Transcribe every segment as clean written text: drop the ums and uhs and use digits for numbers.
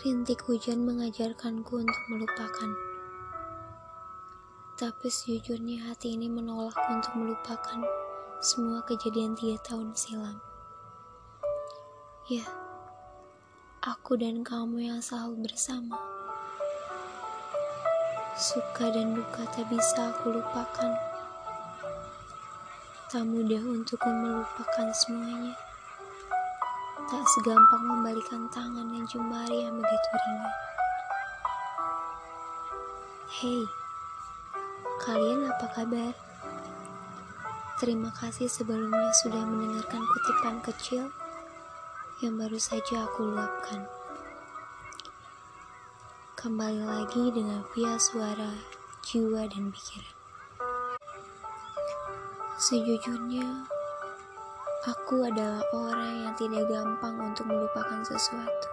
Rintik hujan mengajarkanku untuk melupakan. Tapi sejujurnya hati ini menolak untuk melupakan semua kejadian 3 tahun silam. Ya, aku dan kamu yang selalu bersama. Suka dan duka tak bisa aku lupakan. Tak mudah untukku melupakan semuanya. Tak segampang membalikan tangan dan jemari yang begitu ringan. Hei, kalian apa kabar? Terima kasih sebelumnya sudah mendengarkan kutipan kecil yang baru saja aku luapkan. Kembali lagi dengan via suara, jiwa, dan pikiran. Sejujurnya, aku adalah orang yang tidak gampang untuk melupakan sesuatu.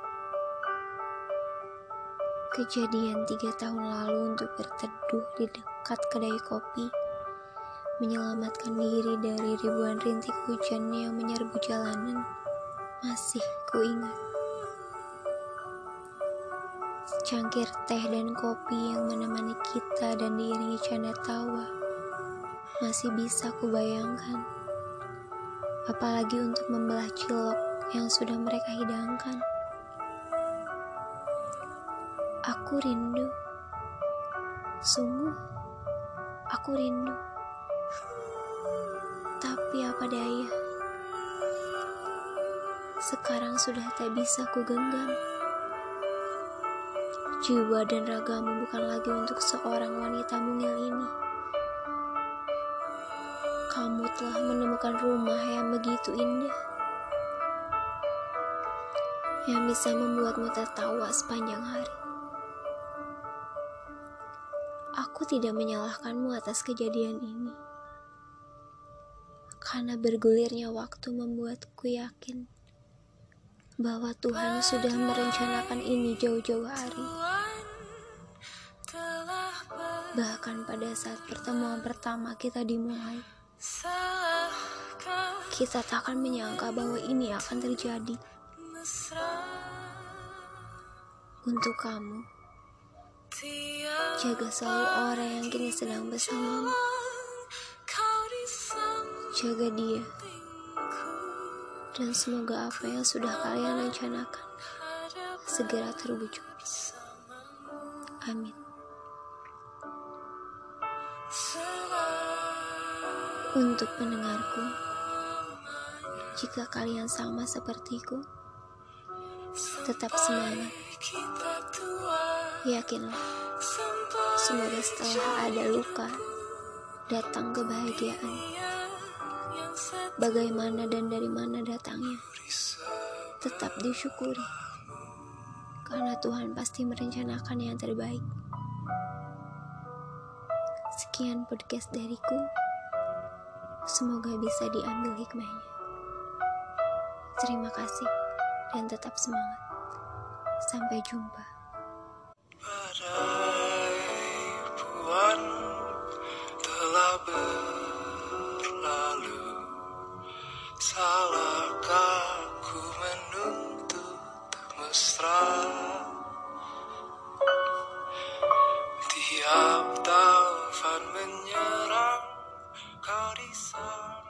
Kejadian 3 tahun lalu untuk berteduh di dekat kedai kopi, menyelamatkan diri dari ribuan rintik hujan yang menyerbu jalanan, masih kuingat. Secangkir teh dan kopi yang menemani kita dan diiringi canda tawa, masih bisa kubayangkan. Apalagi untuk membelah cilok yang sudah mereka hidangkan. Aku rindu. Sungguh, aku rindu. Tapi apa daya, sekarang sudah tak bisa kugenggam. Jiwa dan ragamu bukan lagi untuk seorang wanita mungil ini. Kamu telah menemukan rumah yang begitu indah, yang bisa membuatmu tertawa sepanjang hari. Aku tidak menyalahkanmu atas kejadian ini, karena bergulirnya waktu membuatku yakin bahwa Tuhan sudah merencanakan ini jauh-jauh hari. Bahkan pada saat pertemuan pertama kita dimulai, kita tak akan menyangka bahwa ini akan terjadi. Untuk kamu, jaga selalu orang yang kini sedang bersamamu. Jaga dia, dan semoga apa yang sudah kalian rencanakan segera terwujud. Amin. Untuk pendengarku, jika kalian sama sepertiku, tetap semangat. Yakinlah, semoga setelah ada luka, datang kebahagiaan. Bagaimana dan dari mana datangnya, tetap disyukuri, karena Tuhan pasti merencanakan yang terbaik. Sekian podcast dariku, semoga bisa diambil hikmahnya. Terima kasih dan tetap semangat. Sampai jumpa. Badai ribuan telah berlalu. Salahkah ku menuntut mesra? Tiap taufan menyerang, kau di sana.